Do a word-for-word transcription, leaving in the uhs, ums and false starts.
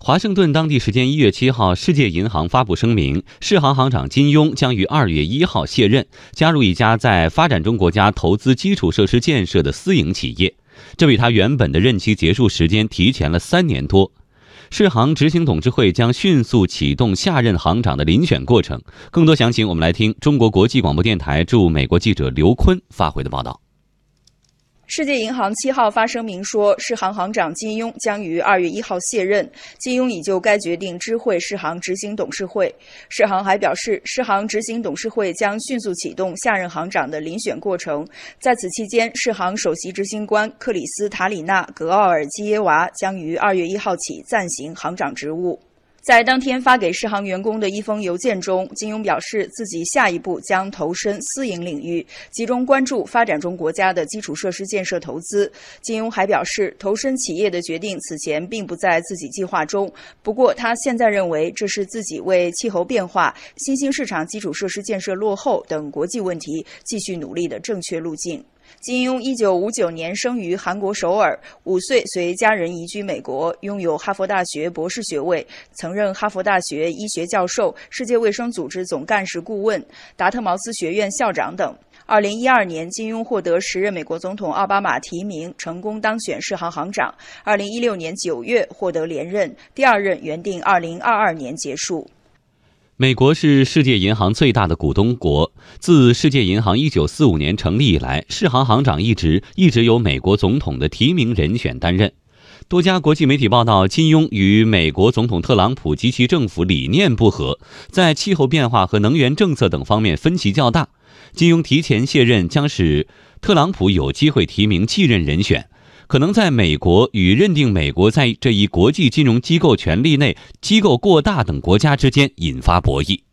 华盛顿当地时间一月七号，世界银行发布声明，世行行长金庸将于二月一号卸任，加入一家在发展中国家投资基础设施建设的私营企业，这比他原本的任期结束时间提前了三年多。世行执行董事会将迅速启动下任行长的遴选过程。更多详情，我们来听中国国际广播电台驻美国记者刘坤发回的报道。 世界银行七号发声明说，世行行长金庸将于二月一号卸任，金庸已就该决定知会世行执行董事会。世行还表示，世行执行董事会将迅速启动下任行长的遴选过程。在此期间，世行首席执行官克里斯塔里纳·格奥尔基耶娃将于二月一号起暂行行长职务。在当天发给世行员工的一封邮件中，金庸表示自己下一步将投身私营领域，集中关注发展中国家的基础设施建设投资。金庸还表示，投身企业的决定此前并不在自己计划中，不过他现在认为这是自己为气候变化、新兴市场基础设施建设落后等国际问题继续努力的正确路径。金庸一九五九年生于韩国首尔，五岁随家人移居美国，拥有哈佛大学博士学位，曾任哈佛大学医学教授、世界卫生组织总干事顾问、达特茅斯学院校长等。二零一二年，金庸获得时任美国总统奥巴马提名，成功当选世行行长。二零一六年九月获得连任，第二任原定二零二二年结束。 美国是世界银行最大的股东国，自世界银行一九四五年成立以来，世行行长一职一直由美国总统的提名人选担任。多家国际媒体报道，金庸与美国总统特朗普及其政府理念不合，在气候变化和能源政策等方面分歧较大。金庸提前卸任将使特朗普有机会提名继任人选，可能在美国与认定美国在这一国际金融机构权力内机构过大等国家之间引发博弈。